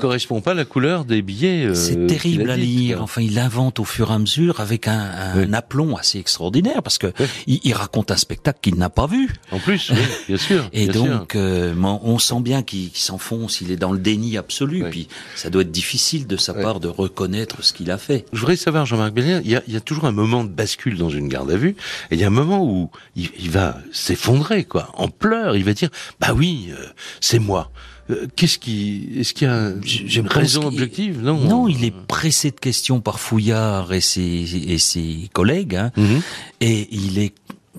correspond pas à la couleur des billets. Euh, c'est terrible à dit, lire. quoi. Enfin, il invente au fur et à mesure avec un, un oui. aplomb assez extraordinaire parce que oui. il, il raconte un spectacle qu'il n'a pas vu. En plus, oui, bien sûr. Et bien donc, euh, on sent bien qu'il, qu'il s'enfonce. Il est dans le déni absolu. Oui. Puis, ça doit être difficile de sa oui. part de reconnaître ce qu'il a fait. Je voudrais savoir, Jean-Marc Bellin, il y a, il y a toujours un moment de bascule dans une garde à vue, et il y a un moment où il, il va s'effondrer, quoi, en pleurs. Il va dire, bah oui, euh, c'est moi. Euh, qu'est-ce qui, est-ce qu'il y a un, je, je une raison qu'il, objective? Non. Non, il est pressé de questions par Fouillard et ses, et ses collègues, hein, Mm-hmm. et il est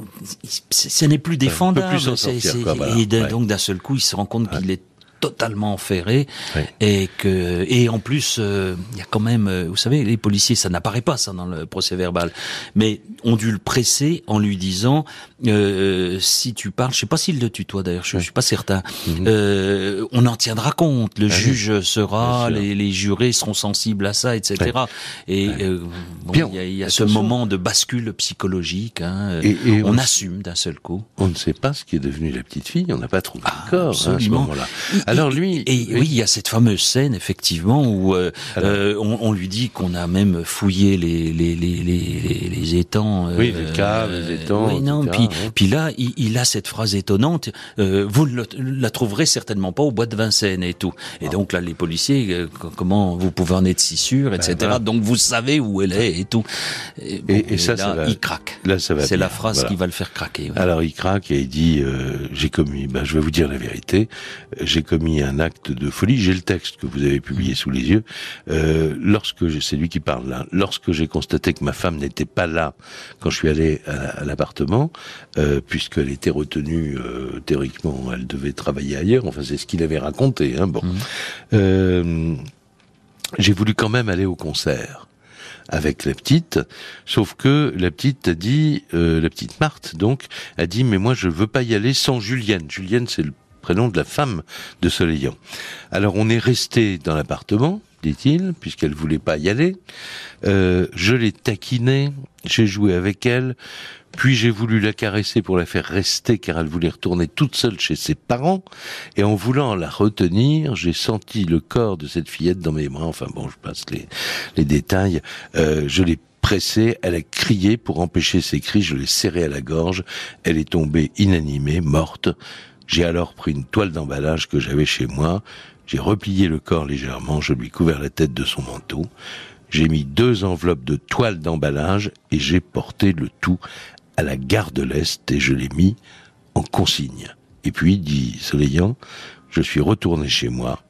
ce n'est plus défendable. Plus s'en sortir, c'est, c'est, quoi, voilà. Et de, ouais. donc d'un seul coup, il se rend compte ouais. qu'il est totalement enferré ouais. et que et en plus euh, il y a quand même euh, vous savez les policiers, ça n'apparaît pas ça dans le procès verbal, mais ont dû le presser en lui disant euh, si tu parles, je sais pas s'il le tutoie d'ailleurs, je, ouais. je suis pas certain, mm-hmm. euh, on en tiendra compte, le ah, juge oui. sera, les, les jurés seront sensibles à ça, et cetera. Ouais. Et ouais. euh, bon, il y a, il y a ce moment de bascule psychologique, hein, et, et on, on assume d'un seul coup. On ne sait pas ce qui est devenu la petite fille, on n'a pas trouvé ah, le corps hein, à ce moment-là. Et, Alors lui, et, et oui. oui, il y a cette fameuse scène effectivement où euh, euh, on, on lui dit qu'on a même fouillé les les les les, les étangs. Euh, oui, les caves, euh, les étangs. Oui, non. Puis ouais. puis là, il, il a cette phrase étonnante. Euh, vous ne la trouverez certainement pas au bois de Vincennes et tout. Et ah. donc là, les policiers, euh, comment vous pouvez en être si sûr, et cetera. Ben, voilà. Donc vous savez où elle est et tout. Et, bon, et, et ça, là, ça va, il craque. Là, ça va. C'est bien, la phrase voilà. qui va le faire craquer. Ouais. Alors il craque et il dit euh, j'ai commis. Ben je vais vous dire la vérité. J'ai commis un acte de folie. J'ai le texte que vous avez publié sous les yeux. Euh, lorsque je, c'est lui qui parle là. Lorsque j'ai constaté que ma femme n'était pas là quand je suis allé à, à l'appartement, euh, puisqu'elle était retenue euh, théoriquement, elle devait travailler ailleurs. Enfin, c'est ce qu'il avait raconté. Hein, bon, mmh. euh, j'ai voulu quand même aller au concert avec la petite, sauf que la petite a dit, euh, la petite Marthe donc, a dit mais moi je veux pas y aller sans Julienne. Julienne c'est le prénom de la femme de Soleillant. Alors on est resté dans l'appartement, dit-il, puisqu'elle voulait pas y aller. Euh, je l'ai taquinée, j'ai joué avec elle, puis j'ai voulu la caresser pour la faire rester car elle voulait retourner toute seule chez ses parents. Et en voulant la retenir, j'ai senti le corps de cette fillette dans mes bras. Enfin bon, je passe les, les détails. Euh, je l'ai pressée, elle a crié pour empêcher ses cris, je l'ai serrée à la gorge. Elle est tombée inanimée, morte. J'ai alors pris une toile d'emballage que j'avais chez moi, j'ai replié le corps légèrement, je lui ai couvert la tête de son manteau, j'ai mis deux enveloppes de toile d'emballage et j'ai porté le tout à la gare de l'Est et je l'ai mis en consigne. Et puis, dit Soleillant, je suis retourné chez moi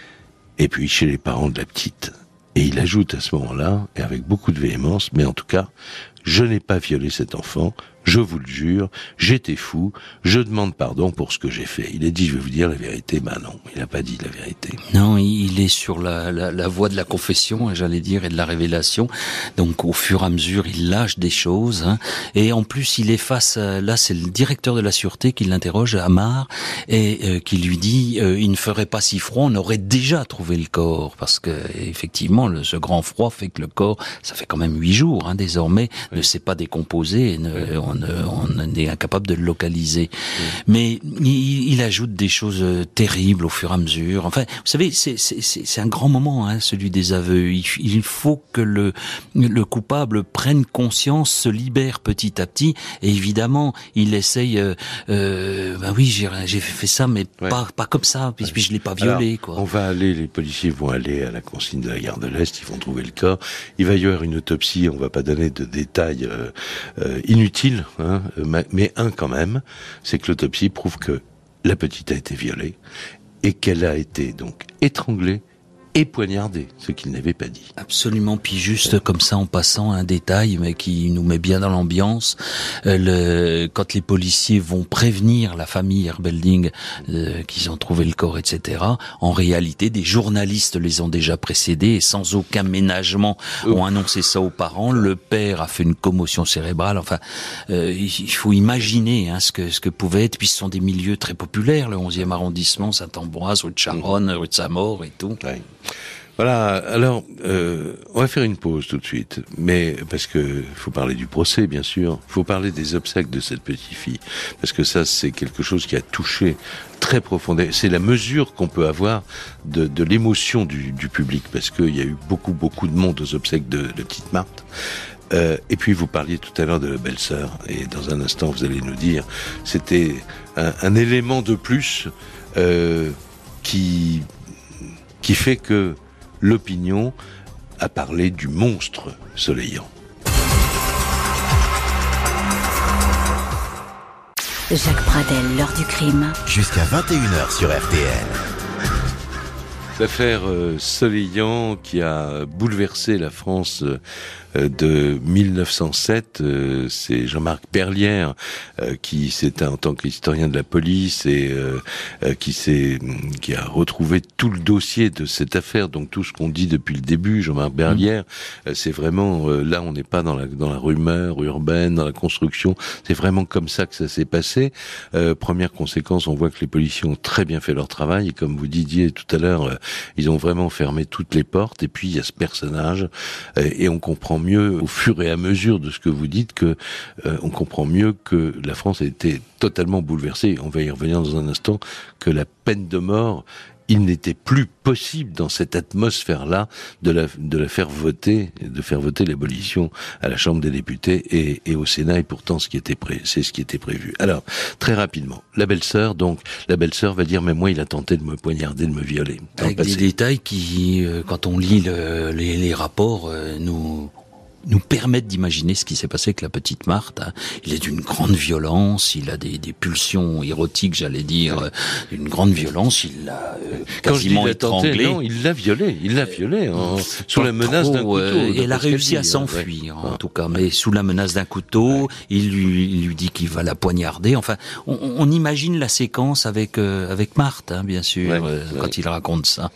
et puis chez les parents de la petite. Et il ajoute à ce moment-là, et avec beaucoup de véhémence, mais en tout cas, je n'ai pas violé cet enfant, je vous le jure, j'étais fou, je demande pardon pour ce que j'ai fait. Il a dit, je vais vous dire la vérité, ben non, il n'a pas dit la vérité. Non, il est sur la, la, la voie de la confession, j'allais dire, et de la révélation. Donc au fur et à mesure, il lâche des choses, hein. Et en plus, il est face, à, là c'est le directeur de la sûreté qui l'interroge, Amar, et euh, qui lui dit, euh, il ne ferait pas si froid, on aurait déjà trouvé le corps, parce que effectivement, le, ce grand froid fait que le corps, ça fait quand même huit jours, hein, désormais, oui. ne s'est pas décomposé, et ne, oui. on, on est incapable de le localiser. Oui. Mais il, il ajoute des choses terribles au fur et à mesure. Enfin, vous savez, c'est, c'est, c'est un grand moment, hein, celui des aveux. Il, il faut que le, le coupable prenne conscience, se libère petit à petit, et évidemment, il essaye. Euh, euh, ben oui, j'ai, j'ai fait ça, mais ouais. pas, pas comme ça. Puis, ouais. puis je l'ai pas violé. Alors, quoi. On va aller, les policiers vont aller à la consigne de la gare de l'Est. Ils vont trouver le corps. Il va y avoir une autopsie. On va pas donner de détails euh, euh, inutiles, hein, mais un quand même, c'est que l'autopsie prouve que la petite a été violée et qu'elle a été donc étranglée et poignardé, ce qu'il n'avait pas dit. Absolument, puis juste comme ça en passant un détail, mais qui nous met bien dans l'ambiance, euh, le, quand les policiers vont prévenir la famille Herbelding euh, qu'ils ont trouvé le corps, et cetera, en réalité, des journalistes les ont déjà précédés et sans aucun ménagement oh. ont annoncé ça aux parents. Le père a fait une commotion cérébrale. Enfin, euh, il faut imaginer hein, ce que ce que pouvait être. Puis ce sont des milieux très populaires, le onzième arrondissement, Saint-Ambroise, rue de Charonne, rue de Saint-Maur et tout. Ouais. Voilà, alors euh, on va faire une pause tout de suite, mais parce que faut parler du procès, bien sûr, faut parler des obsèques de cette petite fille, parce que ça c'est quelque chose qui a touché très profondément. C'est la mesure qu'on peut avoir de, de l'émotion du, du public, parce qu'il y a eu beaucoup beaucoup de monde aux obsèques de, de petite Marthe. Euh, et puis vous parliez tout à l'heure de la belle-sœur, et dans un instant vous allez nous dire, c'était un, un élément de plus euh, qui qui fait que l'opinion a parlé du monstre Soleillant. Jacques Pradel, l'heure du crime. Jusqu'à vingt et une heures sur R T L. L'affaire euh, Soleillant qui a bouleversé la France euh, de mille neuf cent sept, euh, c'est Jean-Marc Perlière euh, qui c'était en tant qu'historien de la police et euh, euh, qui s'est qui a retrouvé tout le dossier de cette affaire, donc tout ce qu'on dit depuis le début. Jean-Marc Perlière, mmh. euh, c'est vraiment euh, là on n'est pas dans la dans la rumeur urbaine, dans la construction, c'est vraiment comme ça que ça s'est passé. Euh, première conséquence, on voit que les policiers ont très bien fait leur travail et comme vous disiez tout à l'heure, euh, ils ont vraiment fermé toutes les portes et puis il y a ce personnage euh, et on comprend mieux au fur et à mesure de ce que vous dites que euh, on comprend mieux que la France a été totalement bouleversée. On va y revenir dans un instant, que la peine de mort, il n'était plus possible dans cette atmosphère-là de la, de la faire voter, de faire voter l'abolition à la Chambre des députés et, et au Sénat, et pourtant ce qui était pré, c'est ce qui était prévu. Alors, très rapidement, la belle-sœur, donc, la belle-sœur va dire, mais moi, il a tenté de me poignarder, de me violer. Avec des détails qui, euh, quand on lit le, les, les rapports, euh, nous... nous permettent d'imaginer ce qui s'est passé avec la petite Marthe. Hein. Il est d'une grande violence, il a des, des pulsions érotiques, j'allais dire, euh, d'une grande violence, il l'a euh, quasiment étranglée. Non, il l'a violée, il l'a violée, en, sous la menace d'un couteau. Euh, et elle a réussi à s'enfuir, ouais. en tout cas, mais sous la menace d'un couteau, ouais. il, lui, il lui dit qu'il va la poignarder. Enfin, on, on imagine la séquence avec, euh, avec Marthe, hein, bien sûr, ouais, euh, ouais. quand il raconte ça.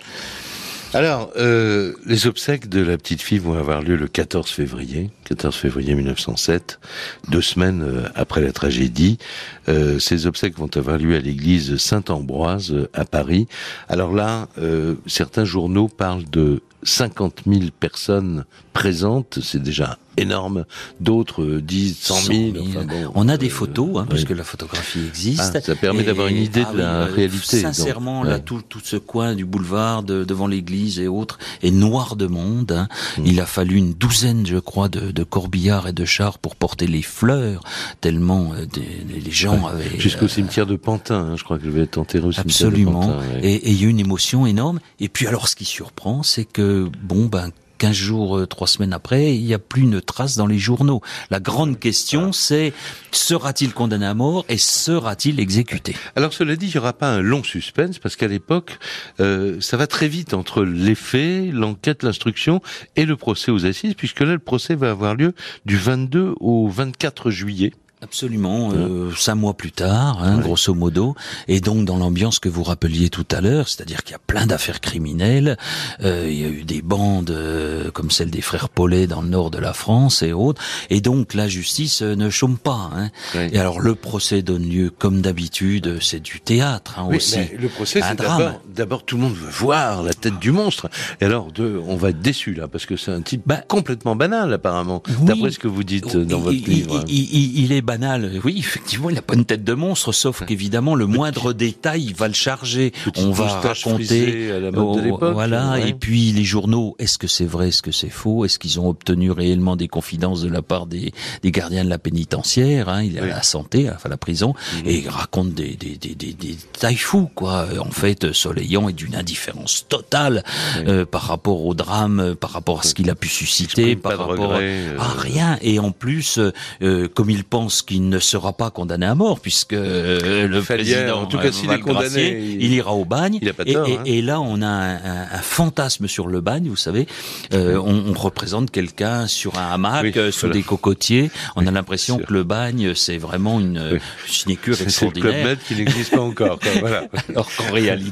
Alors, euh, les obsèques de la petite fille vont avoir lieu le quatorze février, quatorze février mille neuf cent sept, deux semaines euh, après la tragédie. Euh, ces obsèques vont avoir lieu à l'église Saint-Ambroise euh, à Paris. Alors là, euh, certains journaux parlent de cinquante mille personnes présentes, c'est déjà énorme. D'autres euh, disent cent mille. Enfin bon, on a euh, des photos, hein, oui. parce que la photographie existe. Ah, ça permet et, d'avoir une idée ah, de la oui, réalité. Sincèrement, donc, là, ouais. tout, tout ce coin du boulevard de, devant l'église et autres est noir de monde. Hein. Mmh. Il a fallu une douzaine, je crois, de, de corbillards et de chars pour porter les fleurs, tellement euh, des, les gens ouais. avaient... Jusqu'au euh, cimetière de Pantin, hein, je crois qu'il devait être enterré au cimetière absolument. de Pantin. Absolument. Ouais. Et il y a eu une émotion énorme. Et puis alors, ce qui surprend, c'est que, bon, ben, quinze jours, euh, trois semaines après, il n'y a plus une trace dans les journaux. La grande question, c'est, sera-t-il condamné à mort et sera-t-il exécuté? Alors cela dit, il n'y aura pas un long suspense, parce qu'à l'époque, euh, ça va très vite entre les faits, l'enquête, l'instruction et le procès aux assises, puisque là, le procès va avoir lieu du vingt-deux au vingt-quatre juillet. Absolument, euh, cinq mois plus tard, hein, ouais. grosso modo, et donc dans l'ambiance que vous rappeliez tout à l'heure, c'est-à-dire qu'il y a plein d'affaires criminelles, euh, il y a eu des bandes euh, comme celle des frères Paulet dans le nord de la France et autres, et donc la justice euh, ne chôme pas. Hein. Ouais. Et alors le procès donne lieu comme d'habitude, c'est du théâtre hein, oui, aussi. Mais le procès, c'est d'abord, d'abord tout le monde veut voir la tête du monstre, et alors de, on va être déçu là, parce que c'est un type bah, complètement banal apparemment, oui, d'après ce que vous dites oui, dans votre il, livre. Il, il, il est banal, oui, effectivement, il n'a pas une tête de monstre, sauf qu'évidemment, le moindre détail va le charger. Petite on va raconter, à la mode de l'époque, voilà, ouais. et puis les journaux, est-ce que c'est vrai, est-ce que c'est faux, est-ce qu'ils ont obtenu réellement des confidences de la part des, des gardiens de la pénitentiaire, hein, il a oui. la santé, enfin la prison, mmh. et il raconte des, des, des, des, des détails fous, quoi. En fait, Soleillant est d'une indifférence totale oui. euh, par rapport au drame, par rapport à ce qu'il a pu susciter, par rapport regret, à euh... rien, et en plus, euh, comme il pense qu'il ne sera pas condamné à mort, puisque euh, le Falière, président, en tout cas, s'il est condamné, il... il ira au bagne. Il a pas et, tort, et, hein. et là, on a un, un, un fantasme sur le bagne, vous savez. Euh, on, on représente quelqu'un sur un hamac, oui, euh, sous voilà. des cocotiers. On oui, a l'impression que le bagne, c'est vraiment une oui. sinécure c'est, extraordinaire. C'est le Club Med qui n'existe pas encore. Quoi, voilà. Alors qu'en réalité, ouais.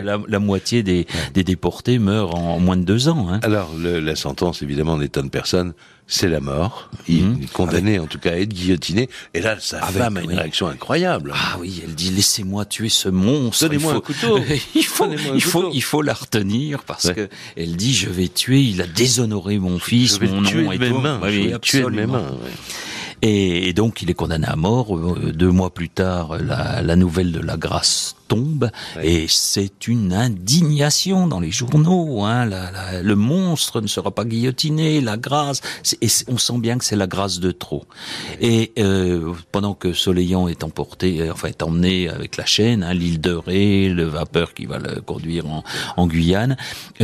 la, la moitié des, ouais. des déportés meurent en, en moins de deux ans. Hein. Alors, le, la sentence, évidemment, n'étonne personne. C'est la mort. Il mmh. est condamné, avec... en tout cas, à être guillotiné. Et là, sa avec, femme a une oui. réaction incroyable. Ah oui, elle dit, laissez-moi tuer ce monstre. Donnez-moi faut... un couteau. il faut, un il couteau. faut, il faut la retenir parce ouais. que elle dit, je vais tuer, il a déshonoré mon fils, je vais mon tuer nom de et mes tout. Mains. Oui, je vais absolument. tuer de mes mains. Ouais. Et, et donc, il est condamné à mort. Deux mois plus tard, la, la nouvelle de la grâce tombe, ouais. et c'est une indignation dans les journaux. Hein. La, la, le monstre ne sera pas guillotiné, la grâce. Et on sent bien que c'est la grâce de trop. Ouais. Et euh, pendant que Soleillant est emporté, enfin est emmené avec la chaîne, hein, l'île de Ré, le vapeur qui va le conduire en, en Guyane,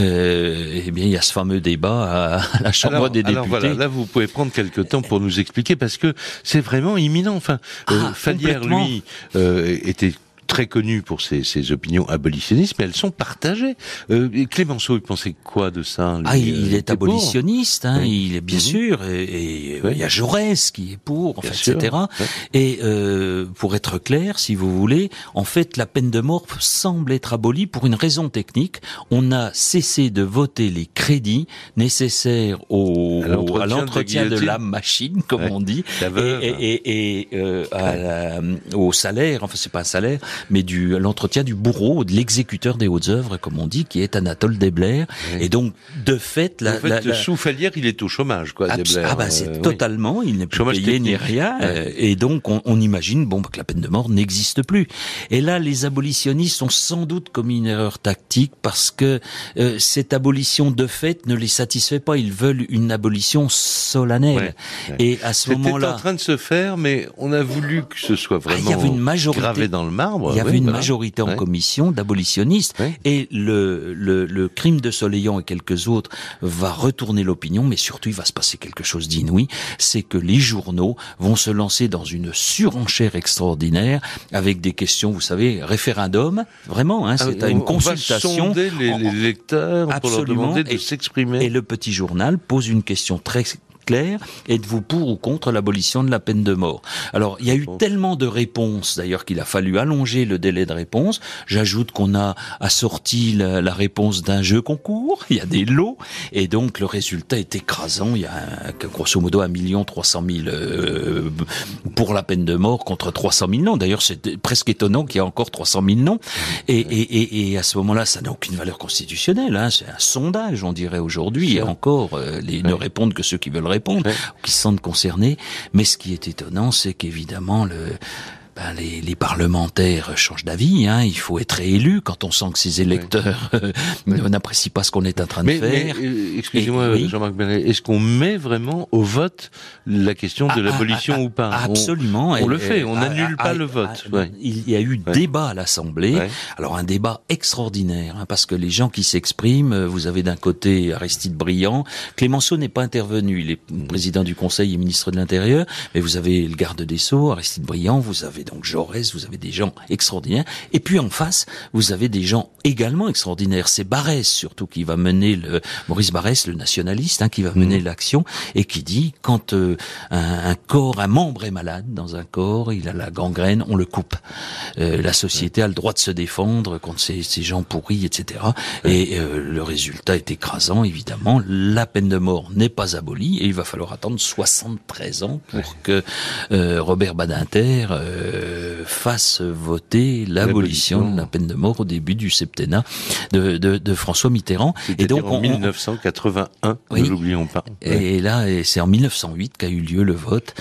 euh, eh bien il y a ce fameux débat à, à la Chambre alors, des députés. Alors voilà, là vous pouvez prendre quelques temps pour nous expliquer parce que c'est vraiment imminent. Enfin, euh, ah, Fallières lui euh, était très connu pour ses, ses opinions abolitionnistes, mais elles sont partagées. Euh, Clémenceau, il pensait quoi de ça? Ah, il, il est abolitionniste, hein, oui. il est bien mmh. sûr, et, et oui. il y a Jaurès qui est pour, enfin, et cetera. Oui. Et euh, pour être clair, si vous voulez, en fait, la peine de mort semble être abolie pour une raison technique. On a cessé de voter les crédits nécessaires au, au, à l'entretien de, de la machine, comme ouais. on dit, et, et, et, et euh, à la, au salaire, enfin c'est pas un salaire, mais du l'entretien du bourreau, de l'exécuteur des hautes œuvres, comme on dit, qui est Anatole Desblair. Oui. Et donc, de fait, la, en fait, la, la... sous Fallières, il est au chômage, quoi. Abs- Desblair. Ah bah c'est euh, totalement, oui. il n'est plus chômage payé technique. ni rien, ouais. euh, et donc on, on imagine, bon, bah, que la peine de mort n'existe plus. Et là, les abolitionnistes ont sans doute commis une erreur tactique parce que euh, cette abolition de fait ne les satisfait pas. Ils veulent une abolition solennelle. Ouais. Ouais. Et à ce C'était moment-là, en train de se faire, mais on a voulu que ce soit vraiment ah, il y avait une majorité, gravé dans le marbre. Il y avait oui, une voilà. majorité en ouais. commission d'abolitionnistes, ouais. et le, le, le crime de Soleillant et quelques autres va retourner l'opinion, mais surtout il va se passer quelque chose d'inouï, c'est que les journaux vont se lancer dans une surenchère extraordinaire avec des questions, vous savez, référendum, vraiment, hein, c'est ah, une on consultation. On va sonder les, les lecteurs absolument, pour leur demander de et, s'exprimer. Et le petit journal pose une question très clair, êtes-vous pour ou contre l'abolition de la peine de mort? Alors, il y a eu tellement de réponses, d'ailleurs, qu'il a fallu allonger le délai de réponse. J'ajoute qu'on a assorti la, la réponse d'un jeu concours, il y a des lots, et donc le résultat est écrasant. Il y a, un, grosso modo, un million trois cent mille euh, pour la peine de mort contre trois cent mille non. D'ailleurs, c'est presque étonnant qu'il y ait encore trois cent mille non. Et, et, et, et à ce moment-là, ça n'a aucune valeur constitutionnelle. Hein. C'est un sondage, on dirait aujourd'hui, et encore, euh, les, ouais. ne répondent que ceux qui veulent répondre, ouais. qui se sentent concernés. Mais ce qui est étonnant, c'est qu'évidemment, le... Ben, les, les parlementaires changent d'avis, hein. Il faut être élu quand on sent que ses électeurs oui. euh, n'apprécient pas ce qu'on est en train mais, de faire. Mais, euh, excusez-moi, oui. Jean-Marc Bernet, est-ce qu'on met vraiment au vote la question de ah, l'abolition ah, ou pas? Absolument. On, on le fait, on n'annule pas ah, le vote. Ah, ouais. Il y a eu ouais. débat à l'Assemblée. Ouais. Alors un débat extraordinaire, hein, parce que les gens qui s'expriment, vous avez d'un côté Aristide Briand, Clémenceau n'est pas intervenu, il est président du Conseil et ministre de l'Intérieur, mais vous avez le garde des Sceaux, Aristide Briand, vous avez donc Jaurès, vous avez des gens extraordinaires, et puis en face, vous avez des gens également extraordinaires. C'est Barrès surtout qui va mener le Maurice Barrès, le nationaliste, hein, qui va mener mmh. l'action et qui dit quand euh, un, un corps, un membre est malade dans un corps, il a la gangrène, on le coupe. Euh, la société a le droit de se défendre contre ces, ces gens pourris, et cetera. Et euh, le résultat est écrasant, évidemment. La peine de mort n'est pas abolie et il va falloir attendre soixante-treize ans pour ouais. que euh, Robert Badinter euh, fasse voter l'abolition, l'abolition de la peine de mort au début du septennat de, de, de François Mitterrand. Et donc en on, mille neuf cent quatre-vingt-un, oui, ne l'oublions pas. Et, et là, et c'est en mille neuf cent huit qu'a eu lieu le vote.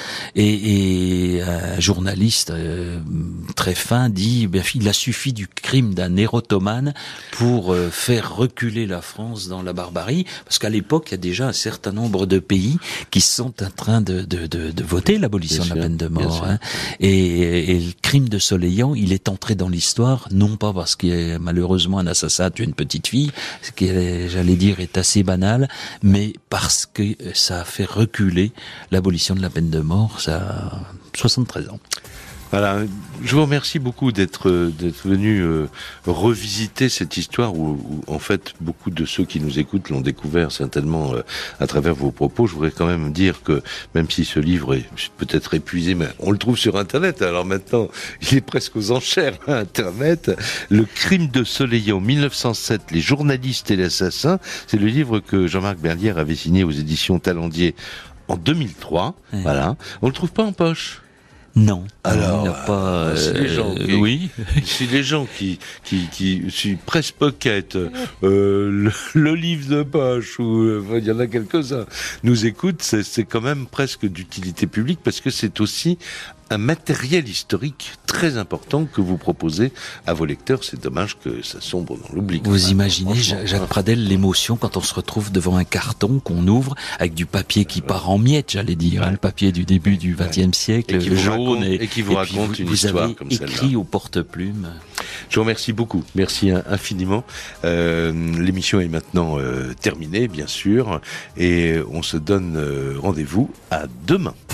Et, et un journaliste euh, très fin dit, ben, il a suffi du crime d'un érotomane pour euh, faire reculer la France dans la barbarie, parce qu'à l'époque, il y a déjà un certain nombre de pays qui sont en train de, de, de, de voter l'abolition bien de la sûr, peine de mort. Hein. Et, et le crime de Soleillant, il est entré dans l'histoire, non pas parce qu'il y a malheureusement un assassin a tué une petite fille, ce qui, j'allais dire, est assez banal, mais parce que ça a fait reculer l'abolition de la peine de mort, ça a soixante-treize ans. Voilà, je vous remercie beaucoup d'être d'être venu euh, revisiter cette histoire où, où, en fait, beaucoup de ceux qui nous écoutent l'ont découvert certainement euh, à travers vos propos. Je voudrais quand même dire que, même si ce livre est peut-être épuisé, mais on le trouve sur Internet, alors maintenant, il est presque aux enchères à Internet. Le crime de Soleillant, mille neuf cent sept, les journalistes et l'assassin, c'est le livre que Jean-Marc Berlière avait signé aux éditions Talendier en deux mille trois. Ouais. Voilà. On le trouve pas en poche. Non. Alors, il n'y a pas. Euh, si les gens, qui, oui. Si les gens qui, qui, qui, si Presse Pocket, euh, le, le livre de poche, ou euh, il y en a quelques-uns, nous écoutent, c'est, c'est quand même presque d'utilité publique parce que c'est aussi un matériel historique très important que vous proposez à vos lecteurs. C'est dommage que ça sombre dans l'oubli. Vous imaginez, Jacques Pradel, l'émotion quand on se retrouve devant un carton qu'on ouvre avec du papier qui part en miettes, j'allais dire, ouais. hein, le papier du début du vingtième siècle, et qui vous jaune, raconte, et, et qui vous et raconte vous, une vous histoire avez comme écrit celle-là. au porte-plume. Je vous remercie beaucoup. Merci infiniment. Euh, l'émission est maintenant euh, terminée, bien sûr, et on se donne euh, rendez-vous à demain.